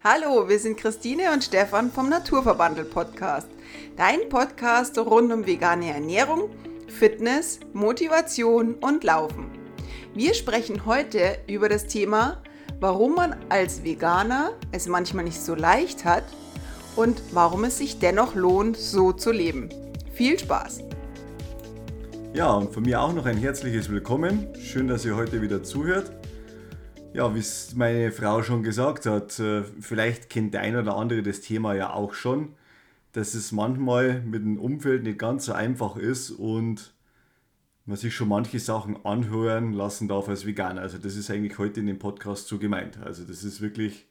Hallo, wir sind Christine und Stefan vom Naturverbandel Podcast. Dein Podcast rund um vegane Ernährung, Fitness, Motivation und Laufen. Wir sprechen heute über das Thema, warum man als Veganer es manchmal nicht so leicht hat und warum es sich dennoch lohnt, so zu leben. Viel Spaß! Ja, und von mir auch noch ein herzliches Willkommen. Schön, dass ihr heute wieder zuhört. Ja, wie es meine Frau schon gesagt hat, vielleicht kennt der ein oder andere das Thema ja auch schon, dass es manchmal mit dem Umfeld nicht ganz so einfach ist und man sich schon manche Sachen anhören lassen darf als Veganer. Also das ist eigentlich heute in dem Podcast so gemeint. Also das ist wirklich,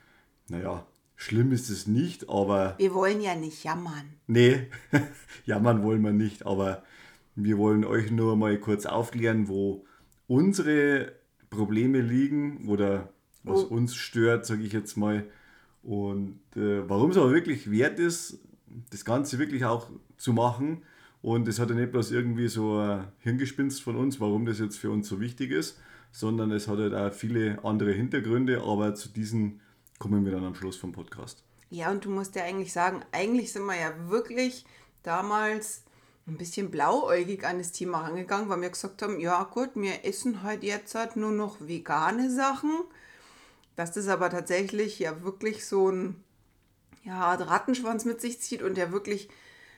schlimm ist es nicht, aber... Wir wollen ja nicht jammern. Nee, jammern wollen wir nicht, aber wir wollen euch nur mal kurz aufklären, wo unsere Probleme liegen oder was uns stört, sage ich jetzt mal. Und warum es aber wirklich wert ist, das Ganze wirklich auch zu machen. Und es hat ja nicht bloß irgendwie so ein Hirngespinst von uns, warum das jetzt für uns so wichtig ist, sondern es hat halt auch viele andere Hintergründe, aber zu diesen kommen wir dann am Schluss vom Podcast. Ja, und du musst ja eigentlich sagen, eigentlich sind wir ja wirklich damals ein bisschen blauäugig an das Thema rangegangen, weil wir gesagt haben, ja gut, wir essen halt jetzt halt nur noch vegane Sachen. Dass das aber tatsächlich ja wirklich so ein Rattenschwanz mit sich zieht und der wirklich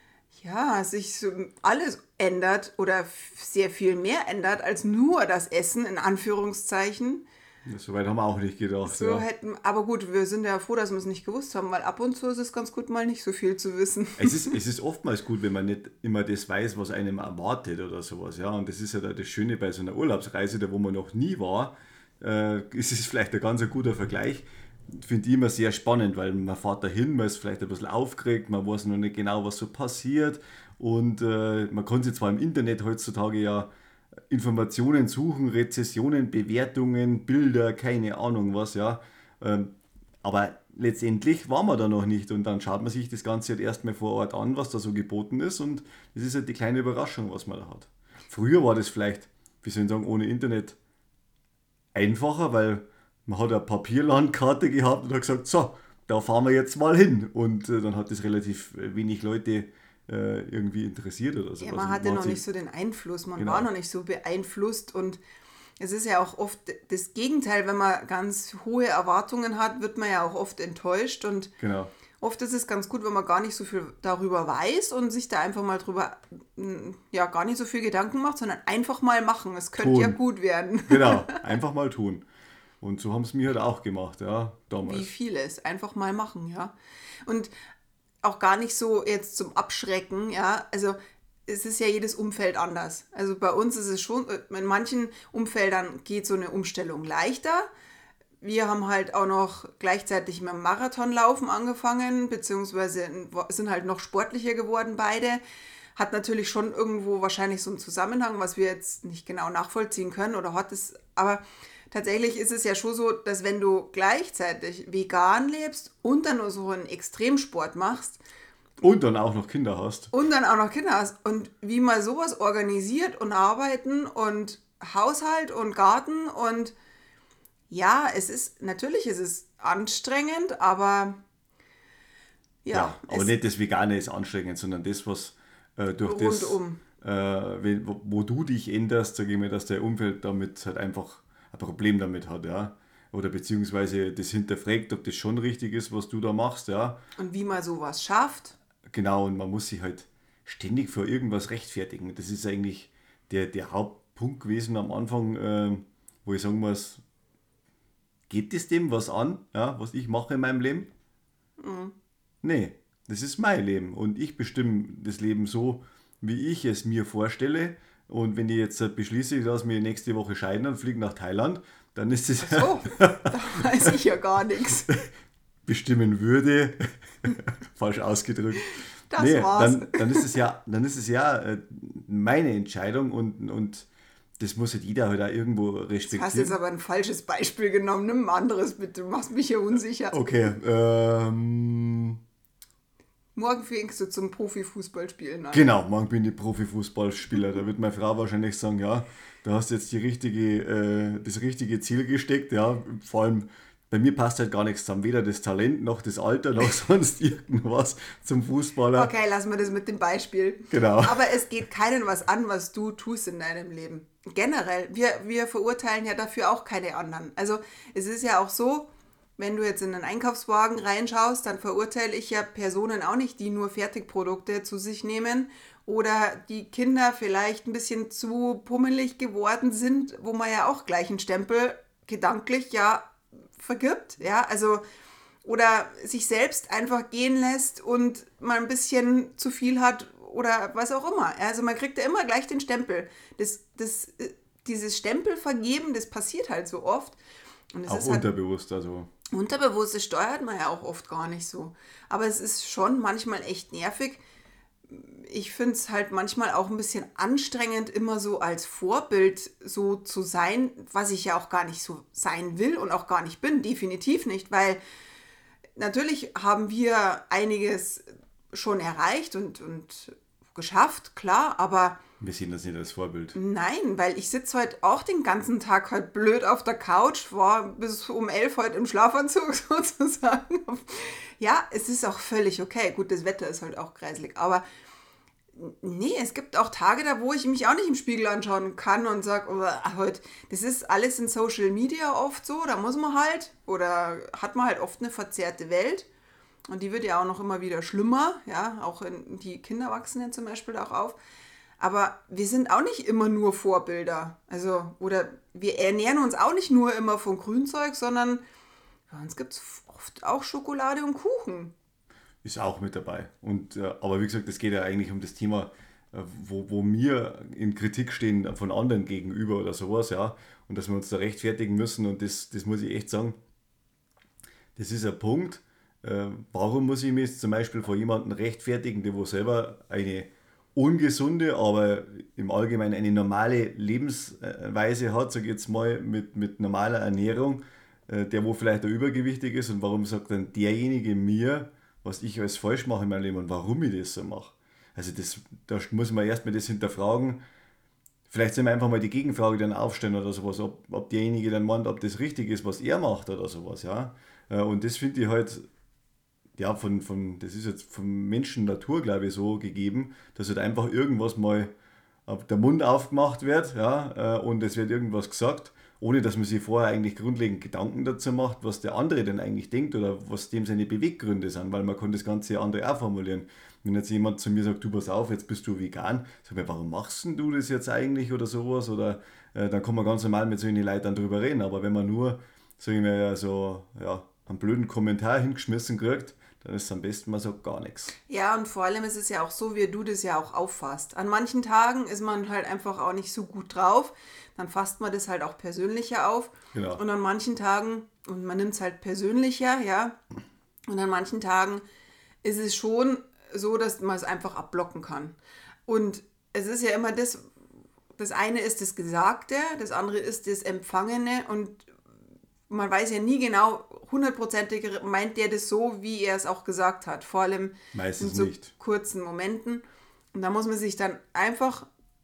sich so alles ändert oder sehr viel mehr ändert als nur das Essen, in Anführungszeichen. Soweit haben wir auch nicht gedacht. Aber gut, wir sind ja froh, dass wir es nicht gewusst haben, weil ab und zu ist es ganz gut, mal nicht so viel zu wissen. Es ist oftmals gut, wenn man nicht immer das weiß, was einem erwartet oder sowas. Ja? Und das ist ja das Schöne bei so einer Urlaubsreise, da wo man noch nie war, ist es vielleicht ein ganz guter Vergleich. Finde ich immer sehr spannend, weil man fährt dahin, man ist vielleicht ein bisschen aufgeregt, man weiß noch nicht genau, was so passiert. Und man kann sich zwar im Internet heutzutage ja Informationen suchen, Rezessionen, Bewertungen, Bilder, keine Ahnung was, ja. Aber letztendlich waren wir da noch nicht und dann schaut man sich das Ganze halt erstmal vor Ort an, was da so geboten ist und das ist halt die kleine Überraschung, was man da hat. Früher war das vielleicht, wie soll ich sagen, ohne Internet einfacher, weil man hat eine Papierlandkarte gehabt und hat gesagt, so, da fahren wir jetzt mal hin und dann hat das relativ wenig Leute irgendwie interessiert oder so. Ja, man hatte noch nicht so den Einfluss, man war noch nicht so beeinflusst und es ist ja auch oft das Gegenteil, wenn man ganz hohe Erwartungen hat, wird man ja auch oft enttäuscht und oft ist es ganz gut, wenn man gar nicht so viel darüber weiß und sich da einfach mal drüber gar nicht so viel Gedanken macht, sondern einfach mal machen, es könnte ja gut werden. Genau, einfach mal tun. Und so haben es mir halt auch gemacht, ja, damals. Wie vieles, einfach mal machen, ja. Und auch gar nicht so jetzt zum Abschrecken, ja, also es ist ja jedes Umfeld anders. Also bei uns ist es schon, in manchen Umfeldern geht so eine Umstellung leichter. Wir haben halt auch noch gleichzeitig mit dem Marathonlaufen angefangen, beziehungsweise sind halt noch sportlicher geworden beide. Hat natürlich schon irgendwo wahrscheinlich so einen Zusammenhang, was wir jetzt nicht genau nachvollziehen können oder hat es, aber tatsächlich ist es ja schon so, dass wenn du gleichzeitig vegan lebst und dann nur so einen Extremsport machst. Und dann auch noch Kinder hast. Und wie man sowas organisiert und arbeiten und Haushalt und Garten und ja, natürlich ist es anstrengend, aber aber nicht das Vegane ist anstrengend, sondern das, was durch rundum. Wo du dich änderst, sage ich mal, dass der Umfeld damit halt einfach ein Problem damit hat, ja. Oder beziehungsweise das hinterfragt, ob das schon richtig ist, was du da machst, ja. Und wie man sowas schafft. Genau, und man muss sich halt ständig vor irgendwas rechtfertigen. Das ist eigentlich der Hauptpunkt gewesen am Anfang, wo ich sagen muss, geht es dem was an, ja, was ich mache in meinem Leben? Mhm. Nee, das ist mein Leben und ich bestimme das Leben so, wie ich es mir vorstelle. Und wenn ich jetzt beschließe, ich lasse mich nächste Woche scheiden und fliege nach Thailand, dann ist es... So, da weiß ich ja gar nichts. Bestimmen würde, falsch ausgedrückt. Das war's. Dann ist es ja meine Entscheidung und das muss halt jeder halt auch irgendwo respektieren. Du hast jetzt aber ein falsches Beispiel genommen, nimm ein anderes bitte, du machst mich hier unsicher. Okay, Morgen fängst du zum Profifußballspielen an. Genau, morgen bin ich Profifußballspieler. Da wird meine Frau wahrscheinlich sagen, ja, du hast jetzt das richtige Ziel gesteckt, ja, vor allem bei mir passt halt gar nichts zusammen. Weder das Talent, noch das Alter, noch sonst irgendwas zum Fußballer. Okay, lassen wir das mit dem Beispiel. Genau. Aber es geht keinen was an, was du tust in deinem Leben. Generell, wir verurteilen ja dafür auch keine anderen. Also es ist ja auch so, wenn du jetzt in einen Einkaufswagen reinschaust, dann verurteile ich ja Personen auch nicht, die nur Fertigprodukte zu sich nehmen oder die Kinder vielleicht ein bisschen zu pummelig geworden sind, wo man ja auch gleich einen Stempel gedanklich ja vergibt, ja, also oder sich selbst einfach gehen lässt und mal ein bisschen zu viel hat oder was auch immer. Also man kriegt ja immer gleich den Stempel. Dieses Stempel vergeben, das passiert halt so oft. Und es Auch ist halt unterbewusst, also. unterbewusst, das steuert man ja auch oft gar nicht so. Aber es ist schon manchmal echt nervig. Ich finde es halt manchmal auch ein bisschen anstrengend, immer so als Vorbild so zu sein, was ich ja auch gar nicht so sein will und auch gar nicht bin, definitiv nicht, weil natürlich haben wir einiges schon erreicht und geschafft, klar, aber Wir sehen das nicht als Vorbild. nein, weil ich sitze heute auch den ganzen Tag halt blöd auf der Couch, war bis um 11 heute im Schlafanzug sozusagen. Ja, es ist auch völlig okay. Gut, das Wetter ist halt auch greiselig, aber nee, es gibt auch Tage da, wo ich mich auch nicht im Spiegel anschauen kann und sage, oh, heute, das ist alles in Social Media oft so, da muss man halt, oder hat man halt oft eine verzerrte Welt und die wird ja auch noch immer wieder schlimmer, ja, auch die Kinder wachsen ja zum Beispiel auch auf, aber wir sind auch nicht immer nur Vorbilder, also, oder wir ernähren uns auch nicht nur immer von Grünzeug, sondern bei uns gibt es oft auch Schokolade und Kuchen. Ist auch mit dabei. Aber wie gesagt, es geht ja eigentlich um das Thema, wo wir in Kritik stehen von anderen gegenüber oder sowas, ja. Und dass wir uns da rechtfertigen müssen. Und das muss ich echt sagen, das ist ein Punkt. Warum muss ich mich jetzt zum Beispiel vor jemandem rechtfertigen, der wo selber eine ungesunde, aber im Allgemeinen eine normale Lebensweise hat, sag ich jetzt mal, mit normaler Ernährung, der wo vielleicht auch übergewichtig ist, und warum sagt dann derjenige mir, was ich alles falsch mache in meinem Leben und warum ich das so mache? Also da muss man erstmal das hinterfragen. Vielleicht soll man einfach mal die Gegenfrage dann aufstellen oder sowas, ob derjenige dann meint, ob das richtig ist, was er macht oder sowas, ja. Und das finde ich halt, ja, das ist jetzt von Menschen Natur, glaube ich, so gegeben, dass halt einfach irgendwas mal der Mund aufgemacht wird, ja, und es wird irgendwas gesagt, ohne dass man sich vorher eigentlich grundlegend Gedanken dazu macht, was der andere denn eigentlich denkt oder was dem seine Beweggründe sind, weil man kann das Ganze andere auch formulieren. Wenn jetzt jemand zu mir sagt, du pass auf, jetzt bist du vegan, sag ich, warum machst denn du das jetzt eigentlich oder sowas, oder dann kann man ganz normal mit solchen Leuten drüber reden, aber wenn man nur, sag ich mal, ja, so, ja, einen blöden Kommentar hingeschmissen kriegt, dann ist es am besten, man sagt gar nichts. Ja, und vor allem ist es ja auch so, wie du das ja auch auffasst. An manchen Tagen ist man halt einfach auch nicht so gut drauf. Dann fasst man das halt auch persönlicher auf. Genau. Und an manchen Tagen, und man nimmt es halt persönlicher, ja. Und an manchen Tagen ist es schon so, dass man es einfach abblocken kann. Und es ist ja immer das eine ist das Gesagte, das andere ist das Empfangene und man weiß ja nie genau, hundertprozentig meint der das so, wie er es auch gesagt hat. Vor allem Meistens in so nicht. kurzen Momenten. Und da muss man sich dann einfach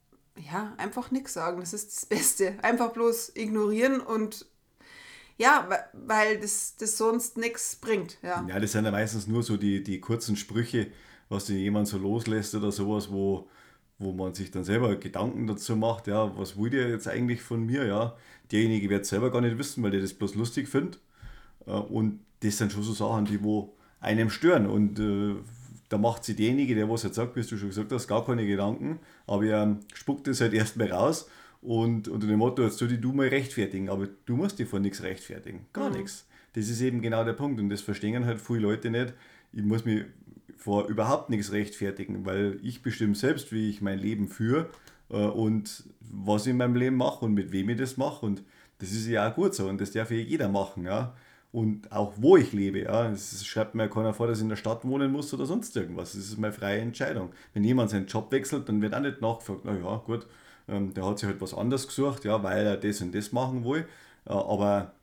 nichts sagen. Das ist das Beste. Einfach bloß ignorieren und ja, weil das sonst nichts bringt. Ja. Ja, das sind ja meistens nur so die kurzen Sprüche, was dir jemand so loslässt oder sowas, wo man sich dann selber Gedanken dazu macht, ja, was will der jetzt eigentlich von mir, ja. Derjenige wird es selber gar nicht wissen, weil der das bloß lustig findet. Und das sind schon so Sachen, die wo einem stören. Und da macht sich derjenige, der was jetzt sagt, wie du schon gesagt hast, gar keine Gedanken, aber er spuckt das halt erstmal raus und unter dem Motto, jetzt soll dich du mal rechtfertigen, aber du musst dich vor nichts rechtfertigen, gar nichts. Das ist eben genau der Punkt und das verstehen halt viele Leute nicht. Ich muss mich vor überhaupt nichts rechtfertigen, weil ich bestimme selbst, wie ich mein Leben führe und was ich in meinem Leben mache und mit wem ich das mache, und das ist ja auch gut so und das darf ja jeder machen, ja. Und auch wo ich lebe, ja. Es schreibt mir ja keiner vor, dass ich in der Stadt wohnen muss oder sonst irgendwas. Das ist meine freie Entscheidung. Wenn jemand seinen Job wechselt, dann wird auch nicht nachgefragt, na ja, gut, der hat sich halt was anderes gesucht, ja, weil er das und das machen will. Aber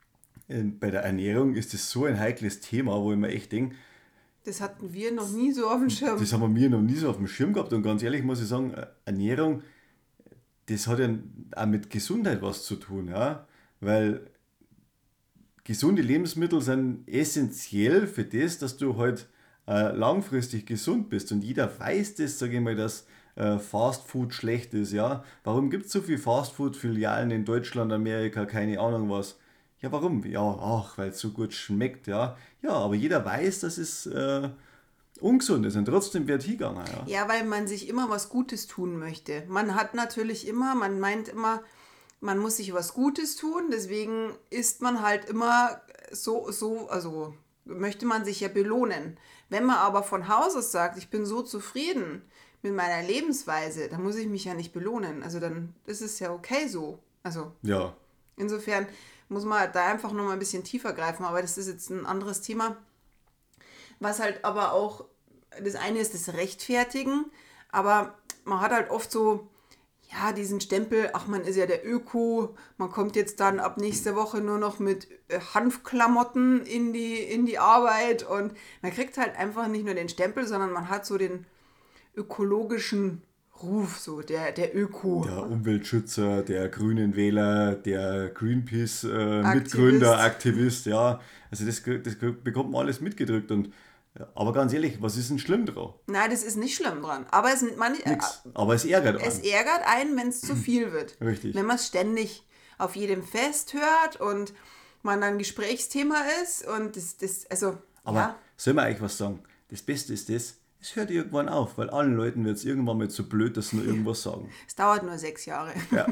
bei der Ernährung ist das so ein heikles Thema, wo ich mir echt denke, Das hatten wir noch nie so auf dem Schirm. das haben wir noch nie so auf dem Schirm gehabt, und ganz ehrlich muss ich sagen, Ernährung, das hat ja auch mit Gesundheit was zu tun, ja, weil gesunde Lebensmittel sind essentiell für das, dass du halt langfristig gesund bist. Und jeder weiß das, sage ich mal, dass Fast Food schlecht ist. Ja? Warum gibt es so viele Fast Food-Filialen in Deutschland, Amerika, keine Ahnung was? Ja, warum? Ja, ach, weil es so gut schmeckt. Ja, ja, aber jeder weiß, dass es ungesund ist und trotzdem wird hingegangen. Ja? Ja, weil man sich immer was Gutes tun möchte. Man hat natürlich immer, man meint immer, man muss sich was Gutes tun, deswegen isst man halt immer also möchte man sich ja belohnen. Wenn man aber von Haus aus sagt, ich bin so zufrieden mit meiner Lebensweise, dann muss ich mich ja nicht belohnen. Also dann ist es ja okay so. Also Ja, insofern muss man da einfach noch mal ein bisschen tiefer greifen, aber das ist jetzt ein anderes Thema. Was halt aber auch, das eine ist das Rechtfertigen, aber man hat halt oft so, ja, diesen Stempel, ach, man ist ja der Öko, man kommt jetzt dann ab nächster Woche nur noch mit Hanfklamotten in die Arbeit und man kriegt halt einfach nicht nur den Stempel, sondern man hat so den ökologischen Ruf, so der Öko. der Umweltschützer, der Grünen Wähler, der Greenpeace Aktivist. Mitgründer, Aktivist, ja. Also das bekommt man alles mitgedrückt. Und, aber ganz ehrlich, was ist denn schlimm dran? Nein, das ist nicht schlimm dran. Aber Nix. Aber es ärgert es einen. ärgert einen, wenn es zu viel wird. Richtig. Wenn man es ständig auf jedem Fest hört und man dann Gesprächsthema ist und also, Aber ja. soll man eigentlich was sagen? Das Beste ist das, es hört irgendwann auf, weil allen Leuten wird es irgendwann mal zu blöd, dass sie nur irgendwas sagen. Es dauert nur 6 Jahre. Ja,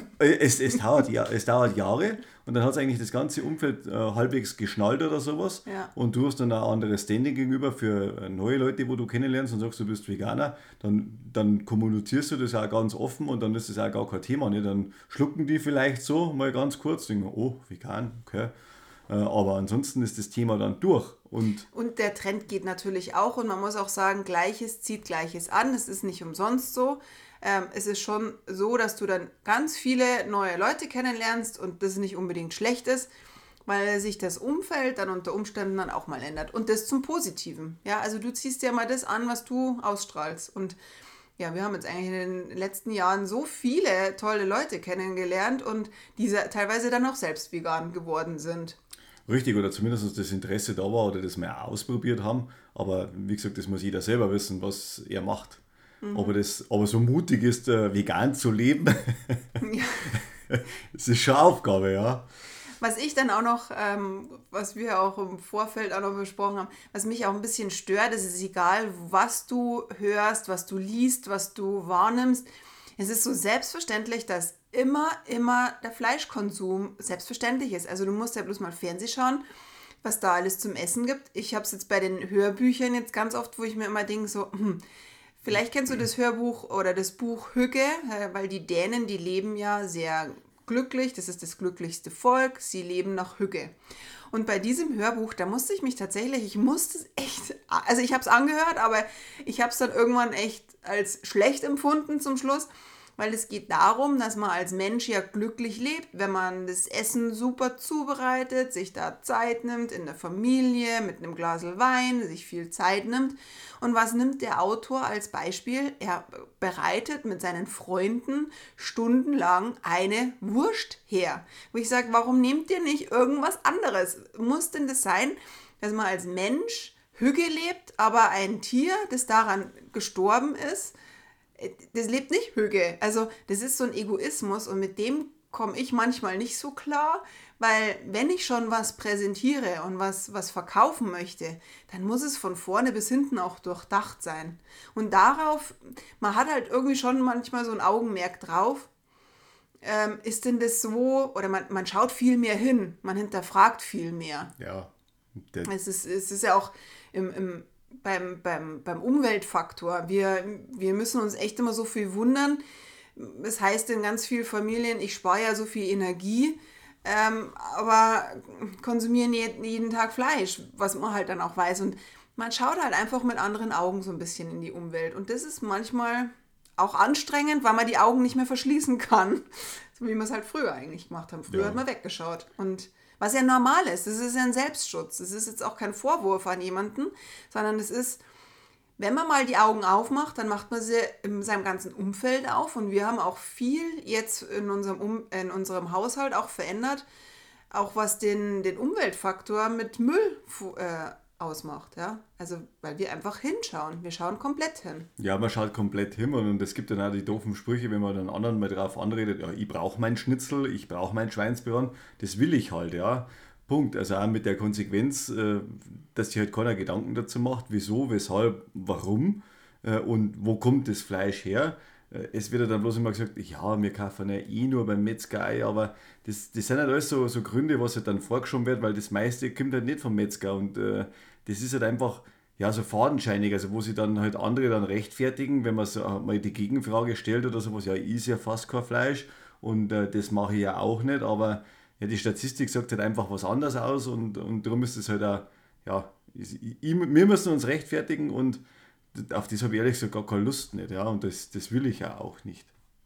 es dauert Jahre und dann hat es eigentlich das ganze Umfeld halbwegs geschnallt oder sowas. Ja. Und du hast dann ein anderes Standing gegenüber für neue Leute, wo du kennenlernst und sagst, du bist Veganer. Dann kommunizierst du das auch ganz offen und dann ist das auch gar kein Thema. Ne? Dann schlucken die vielleicht so mal ganz kurz, denken, oh, vegan, okay. Aber ansonsten ist das Thema dann durch. Und Und der Trend geht natürlich auch und man muss auch sagen, Gleiches zieht Gleiches an. Es ist nicht umsonst so. Es ist schon so, dass du dann ganz viele neue Leute kennenlernst und das nicht unbedingt schlecht ist, weil sich das Umfeld dann unter Umständen dann auch mal ändert. Und das zum Positiven. Ja, also du ziehst ja mal das an, was du ausstrahlst. Und ja, wir haben jetzt eigentlich in den letzten Jahren so viele tolle Leute kennengelernt und die teilweise dann auch selbst vegan geworden sind. richtig, oder zumindest das Interesse da war oder das mal auch ausprobiert haben. Aber wie gesagt, das muss jeder selber wissen, was er macht. Ob er das aber so mutig ist, vegan zu leben, das ist schon eine Aufgabe, ja. Was ich dann auch noch, was wir auch im Vorfeld auch noch besprochen haben, was mich auch ein bisschen stört, es ist egal, was du hörst, was du liest, was du wahrnimmst. Es ist so selbstverständlich, dass immer der Fleischkonsum selbstverständlich ist. Also du musst ja bloß mal Fernsehen schauen, was da alles zum Essen gibt. Ich habe es jetzt bei den Hörbüchern jetzt ganz oft, wo ich mir immer denke, so, vielleicht kennst du das Hörbuch oder das Buch Hügge, weil die Dänen, die leben ja sehr glücklich, das ist das glücklichste Volk, sie leben nach Hügge. Und bei diesem Hörbuch, da musste ich mich tatsächlich, ich musste es echt, also ich habe es angehört, aber ich habe es dann irgendwann echt als schlecht empfunden zum Schluss, weil es geht darum, dass man als Mensch ja glücklich lebt, wenn man das Essen super zubereitet, sich da Zeit nimmt in der Familie, mit einem Glas Wein, sich viel Zeit nimmt. Und was nimmt der Autor als Beispiel? Er bereitet mit seinen Freunden stundenlang eine Wurst her. Wo ich sage, warum nehmt ihr nicht irgendwas anderes? Muss denn das sein, dass man als Mensch Hügge lebt, aber ein Tier, das daran gestorben ist, das lebt nicht Hügge. Also das ist so ein Egoismus und mit dem komme ich manchmal nicht so klar, weil wenn ich schon was präsentiere und was verkaufen möchte, dann muss es von vorne bis hinten auch durchdacht sein. Und darauf, man hat halt irgendwie schon manchmal so ein Augenmerk drauf, ist denn das so, oder man schaut viel mehr hin, man hinterfragt viel mehr. Ja, Es ist ja auch beim Umweltfaktor. Wir müssen uns echt immer so viel wundern. Das heißt in ganz vielen Familien, ich spare ja so viel Energie, aber konsumieren jeden Tag Fleisch, was man halt dann auch weiß. Und man schaut halt einfach mit anderen Augen so ein bisschen in die Umwelt. Und das ist manchmal auch anstrengend, weil man die Augen nicht mehr verschließen kann. So wie wir es halt früher eigentlich gemacht haben. Früher hat man weggeschaut. Und was ja normal ist, das ist ja ein Selbstschutz. Das ist jetzt auch kein Vorwurf an jemanden, sondern es ist, wenn man mal die Augen aufmacht, dann macht man sie in seinem ganzen Umfeld auf. Und wir haben auch viel jetzt in unserem Haushalt auch verändert. auch was den Umweltfaktor mit Müll ausmacht, ja. Also, weil wir einfach hinschauen. Wir schauen komplett hin. Ja, man schaut komplett hin und es gibt dann auch die doofen Sprüche, wenn man dann anderen mal drauf anredet, ja, ich brauche mein Schnitzel, ich brauche mein Schweinsbraten, das will ich halt, ja. Punkt. Also auch mit der Konsequenz, dass sich halt keiner Gedanken dazu macht, wieso, weshalb, warum und wo kommt das Fleisch her. Es wird ja dann bloß immer gesagt, ja, wir kaufen ja eh nur beim Metzger ein, aber das sind halt alles so Gründe, was halt dann vorgeschoben wird, weil das meiste kommt halt nicht vom Metzger und das ist halt einfach ja, so fadenscheinig, also wo sie dann halt andere dann rechtfertigen, wenn man so mal die Gegenfrage stellt oder sowas, ja, ich esse ja fast kein Fleisch und das mache ich ja auch nicht, aber ja, die Statistik sagt halt einfach was anderes aus und darum ist es halt auch, ja, wir müssen uns rechtfertigen und auf das habe ich ehrlich gesagt gar keine Lust nicht, ja, und das will ich ja auch nicht.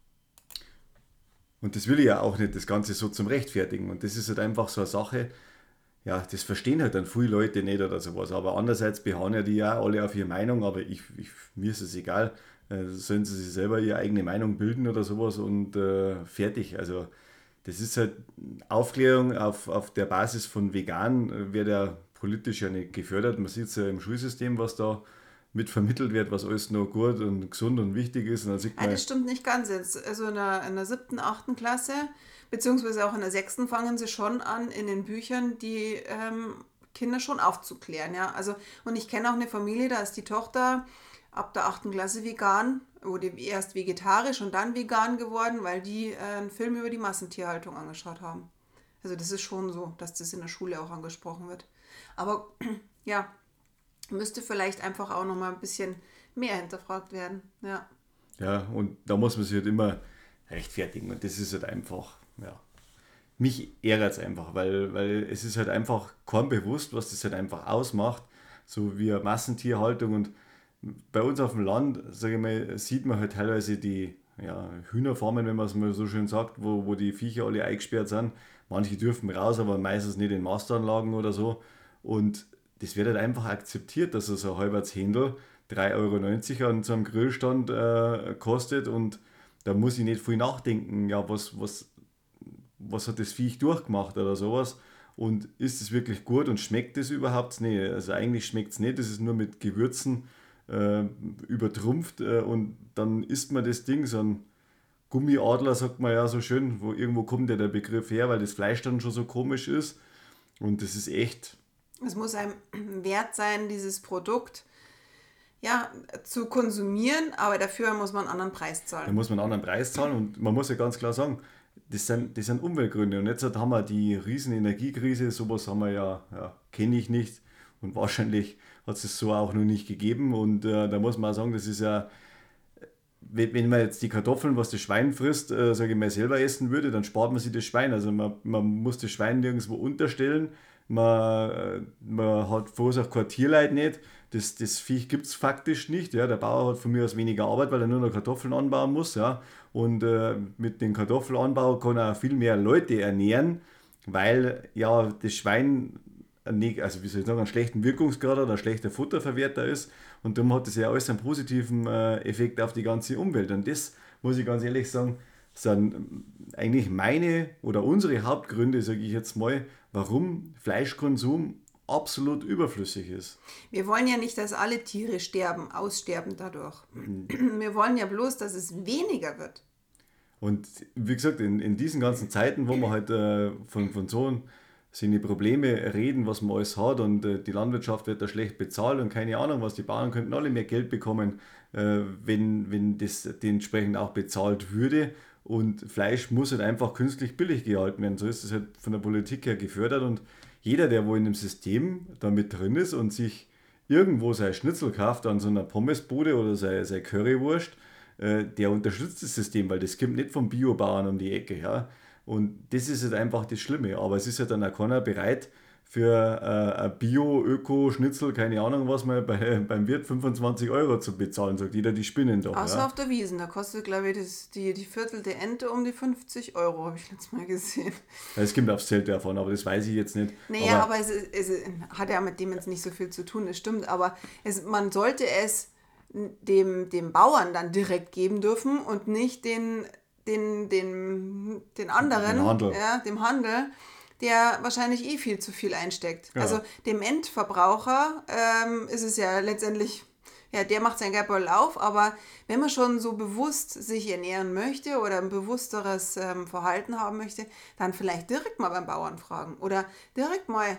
Und das will ich ja auch nicht, das Ganze so zum Rechtfertigen. Und das ist halt einfach so eine Sache, ja, das verstehen halt dann viele Leute nicht oder sowas. Aber andererseits beharren ja die ja alle auf ihre Meinung, aber mir ist es egal. Sollen sie sich selber ihre eigene Meinung bilden oder sowas und fertig. Also das ist halt Aufklärung auf der Basis von vegan, wird ja politisch ja nicht gefördert. Man sieht es ja im Schulsystem, was da mit vermittelt wird, was alles noch gut und gesund und wichtig ist. Und dann sieht Ja, man, das stimmt nicht ganz jetzt. Also in der 7., 8. Klasse, beziehungsweise auch in der 6. fangen sie schon an, in den Büchern die Kinder schon aufzuklären. Ja? Also, und ich kenne auch eine Familie, da ist die Tochter ab der 8. Klasse vegan, wurde erst vegetarisch und dann vegan geworden, weil die einen Film über die Massentierhaltung angeschaut haben. Also das ist schon so, dass das in der Schule auch angesprochen wird. Aber ja, müsste vielleicht einfach auch noch mal ein bisschen mehr hinterfragt werden. Ja. ja, und da muss man sich halt immer rechtfertigen. Und das ist halt einfach, ja, mich ärgert es einfach, weil es ist halt einfach kaum bewusst, was das halt einfach ausmacht, so wie eine Massentierhaltung. Und bei uns auf dem Land, sage ich mal, sieht man halt teilweise die ja, Hühnerfarmen, wenn man es mal so schön sagt, wo die Viecher alle eingesperrt sind. Manche dürfen raus, aber meistens nicht in Mastanlagen oder so. Und das wird halt einfach akzeptiert, dass so ein halbes Händel 3,90 € an so einem Grillstand kostet und da muss ich nicht viel nachdenken, ja, was hat das Viech durchgemacht oder sowas und ist es wirklich gut und schmeckt es überhaupt nicht? Also eigentlich schmeckt es nicht, das ist nur mit Gewürzen übertrumpft und dann isst man das Ding, so ein Gummiadler sagt man ja so schön, wo irgendwo kommt ja der Begriff her, weil das Fleisch dann schon so komisch ist und das ist echt, Es muss einem wert sein, dieses Produkt ja, zu konsumieren, aber dafür muss man einen anderen Preis da zahlen. muss man einen anderen Preis zahlen und man muss ja ganz klar sagen, das sind Umweltgründe und jetzt haben wir die riesen Energiekrise, sowas haben wir ja kenne ich nicht und wahrscheinlich hat es so auch noch nicht gegeben und da muss man auch sagen, das ist ja, wenn man jetzt die Kartoffeln, was das Schwein frisst, sage ich mal, selber essen würde, dann spart man sich das Schwein. Also man muss das Schwein nirgendwo unterstellen, man hat verursacht kein Tierleid nicht, das Viech gibt es faktisch nicht. Ja. Der Bauer hat von mir aus weniger Arbeit, weil er nur noch Kartoffeln anbauen muss. Ja. Und mit dem Kartoffelanbau kann er viel mehr Leute ernähren, weil ja das Schwein also wie soll ich sagen, einen schlechten Wirkungsgrad oder ein schlechter Futterverwerter ist. Und darum hat das ja alles einen positiven Effekt auf die ganze Umwelt. Und das, muss ich ganz ehrlich sagen, sind eigentlich meine oder unsere Hauptgründe, sage ich jetzt mal, warum Fleischkonsum absolut überflüssig ist. Wir wollen ja nicht, dass alle Tiere aussterben dadurch. Wir wollen ja bloß, dass es weniger wird. Und wie gesagt, in diesen ganzen Zeiten, wo man halt von so seine Probleme reden, was man alles hat und die Landwirtschaft wird da schlecht bezahlt und keine Ahnung was, die Bauern könnten alle mehr Geld bekommen, wenn das dementsprechend auch bezahlt würde und Fleisch muss halt einfach künstlich billig gehalten werden. So ist es halt von der Politik her gefördert und jeder, der wo in dem System da mit drin ist und sich irgendwo sein Schnitzel kauft an so einer Pommesbude oder seine Currywurst, der unterstützt das System, weil das kommt nicht vom Biobauern um die Ecke, ja. Und das ist halt einfach das Schlimme. Aber es ist ja dann auch keiner bereit für ein Bio-Öko-Schnitzel, keine Ahnung was, mal beim Wirt 25 € zu bezahlen, sagt jeder, die spinnen doch. Außer Ja. auf der Wiesn, da kostet, glaube ich, die viertelte Ente um die 50 €, habe ich letztes Mal gesehen. Ja, es kommt aufs Zelt davon, aber das weiß ich jetzt nicht. Naja, aber es hat ja mit dem jetzt nicht so viel zu tun, das stimmt, aber man sollte es dem Bauern dann direkt geben dürfen und nicht den anderen, Den Handel. ja, dem Handel, der wahrscheinlich viel zu viel einsteckt. Ja. Also dem Endverbraucher ist es ja letztendlich, ja, der macht sein Geldbeutel auf, aber wenn man schon so bewusst sich ernähren möchte oder ein bewussteres Verhalten haben möchte, dann vielleicht direkt mal beim Bauern fragen oder direkt mal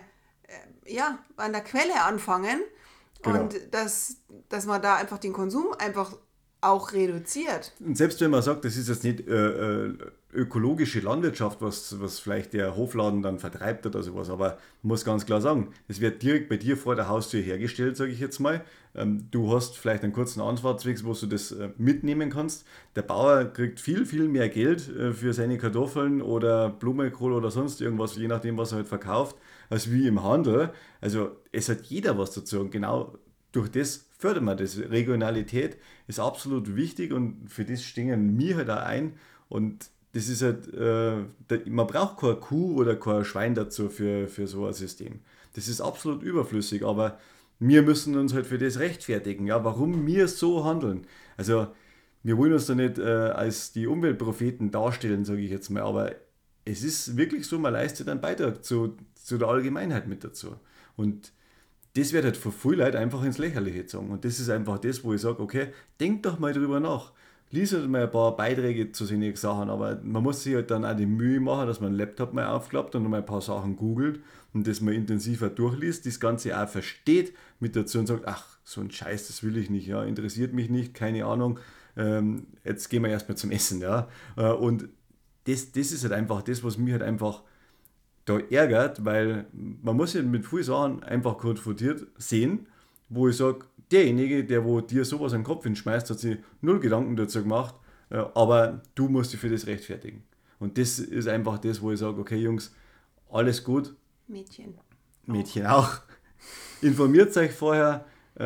an der Quelle anfangen. Genau. Und dass man da einfach den Konsum einfach auch reduziert. Und selbst wenn man sagt, das ist jetzt nicht ökologische Landwirtschaft, was vielleicht der Hofladen dann vertreibt oder sowas, aber man muss ganz klar sagen, es wird direkt bei dir vor der Haustür hergestellt, sage ich jetzt mal. Du hast vielleicht einen kurzen Anfahrtsweg, wo du das mitnehmen kannst. Der Bauer kriegt viel, viel mehr Geld für seine Kartoffeln oder Blumenkohl oder sonst irgendwas, je nachdem, was er halt verkauft, als wie im Handel. Also es hat jeder was dazu und genau durch das fördert man das. Regionalität ist absolut wichtig und für das stehen wir halt auch ein. Und das ist halt, man braucht keine Kuh oder kein Schwein dazu für so ein System. Das ist absolut überflüssig, aber wir müssen uns halt für das rechtfertigen, ja, warum wir so handeln. Also wir wollen uns da nicht als die Umweltpropheten darstellen, sage ich jetzt mal, aber es ist wirklich so, man leistet einen Beitrag zu der Allgemeinheit mit dazu. Und das wird halt für viele Leute einfach ins Lächerliche gezogen. Und das ist einfach das, wo ich sage, okay, denk doch mal drüber nach. Lies halt mal ein paar Beiträge zu solchen Sachen, aber man muss sich halt dann auch die Mühe machen, dass man einen Laptop mal aufklappt und mal ein paar Sachen googelt und das mal intensiver durchliest, das Ganze auch versteht mit dazu und sagt, ach, so ein Scheiß, das will ich nicht, ja, interessiert mich nicht, keine Ahnung, jetzt gehen wir erstmal zum Essen, ja. Und das ist halt einfach das, was mich halt einfach da ärgert, weil man muss ja mit vielen Sachen einfach konfrontiert sehen, wo ich sage, derjenige, der wo dir sowas an den Kopf hinschmeißt, hat sich null Gedanken dazu gemacht, aber du musst dich für das rechtfertigen. Und das ist einfach das, wo ich sage, okay Jungs, alles gut. Mädchen auch. Informiert euch vorher.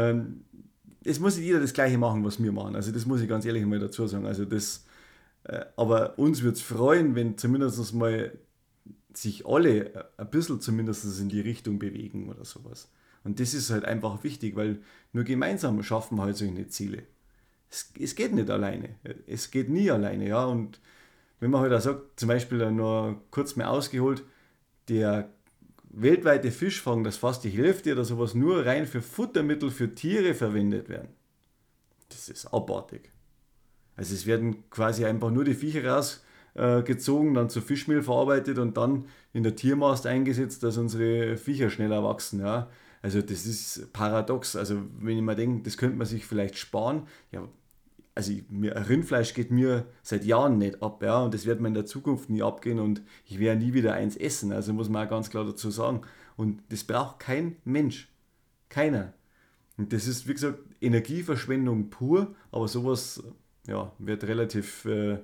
Es muss nicht jeder das Gleiche machen, was wir machen. Also das muss ich ganz ehrlich mal dazu sagen. Also das, aber uns würde es freuen, wenn zumindest mal sich alle ein bisschen zumindest in die Richtung bewegen oder sowas. Und das ist halt einfach wichtig, weil nur gemeinsam schaffen wir halt solche Ziele. Es geht nicht alleine. Es geht nie alleine, ja. Und wenn man halt auch sagt, zum Beispiel noch kurz mal ausgeholt, der weltweite Fischfang, dass fast die Hälfte oder sowas nur rein für Futtermittel für Tiere verwendet werden. Das ist abartig. Also es werden quasi einfach nur die Viecher rausgezogen, dann zu Fischmehl verarbeitet und dann in der Tiermast eingesetzt, dass unsere Viecher schneller wachsen. Ja. Also das ist paradox. Also wenn ich mir denke, das könnte man sich vielleicht sparen. Ja, also Rindfleisch geht mir seit Jahren nicht ab, ja, und das wird mir in der Zukunft nie abgehen und ich werde nie wieder eins essen. Also muss man auch ganz klar dazu sagen. Und das braucht kein Mensch. Keiner. Und das ist, wie gesagt, Energieverschwendung pur, aber sowas wird relativ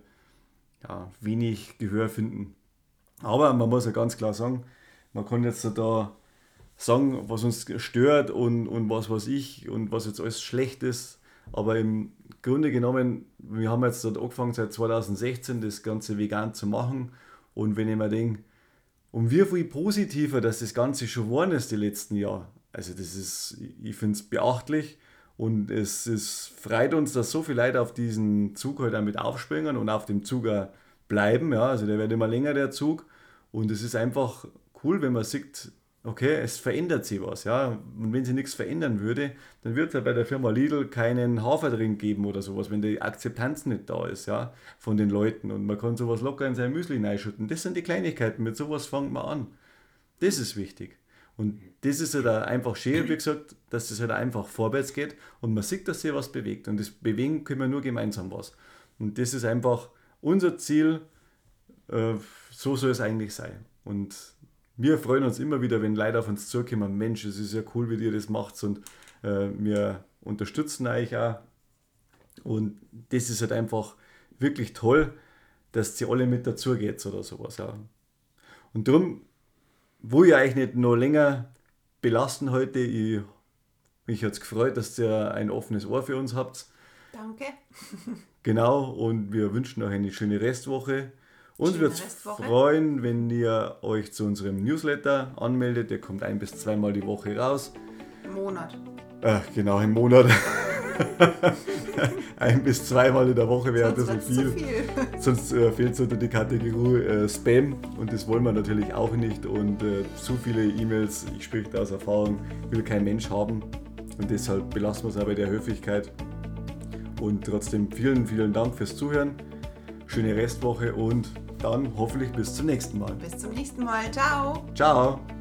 wenig Gehör finden. Aber man muss ja ganz klar sagen, man kann jetzt da sagen, was uns stört und was weiß ich und was jetzt alles schlecht ist. Aber im Grunde genommen, wir haben jetzt dort angefangen seit 2016 das Ganze vegan zu machen. Und wenn ich mir denke, und wie viel positiver, dass das Ganze schon geworden ist die letzten Jahre. Also das ist, ich finde es beachtlich. Und es freut uns, dass so viele Leute auf diesen Zug halt auch mit aufspringen und auf dem Zug auch bleiben. Ja, also der wird immer länger, der Zug. Und es ist einfach cool, wenn man sieht, okay, es verändert sich was. Ja? Und wenn sich nichts verändern würde, dann wird es ja bei der Firma Lidl keinen Haferdrink geben oder sowas, wenn die Akzeptanz nicht da ist, ja, von den Leuten. Und man kann sowas locker in sein Müsli reinschütten. Das sind die Kleinigkeiten, mit sowas fängt man an. Das ist wichtig. Und das ist halt einfach schön, wie gesagt, dass es halt einfach vorwärts geht und man sieht, dass sich was bewegt. Und das bewegen können wir nur gemeinsam was. Und das ist einfach unser Ziel, so soll es eigentlich sein. Und wir freuen uns immer wieder, wenn Leute auf uns zukommen, Mensch, es ist ja cool, wie ihr das macht und wir unterstützen euch auch. Und das ist halt einfach wirklich toll, dass ihr alle mit dazu geht oder sowas. Ja. Und darum will ich euch nicht noch länger belasten heute. Mich hat es gefreut, dass ihr ein offenes Ohr für uns habt. Danke. Genau, und wir wünschen euch eine schöne Restwoche. Uns würde es freuen, wenn ihr euch zu unserem Newsletter anmeldet. Der kommt 1- bis 2-mal die Woche raus. Im Monat. Genau, im Monat. 1 bis 2 Mal in der Woche wäre ein bisschen Sonst wird's viel. zu viel. Sonst fehlt es unter die Kategorie Spam und das wollen wir natürlich auch nicht. Und zu viele E-Mails, ich spreche da aus Erfahrung, will kein Mensch haben. Und deshalb belassen wir es auch bei der Höflichkeit. Und trotzdem vielen, vielen Dank fürs Zuhören. Schöne Restwoche und dann hoffentlich bis zum nächsten Mal. Bis zum nächsten Mal. Ciao. Ciao!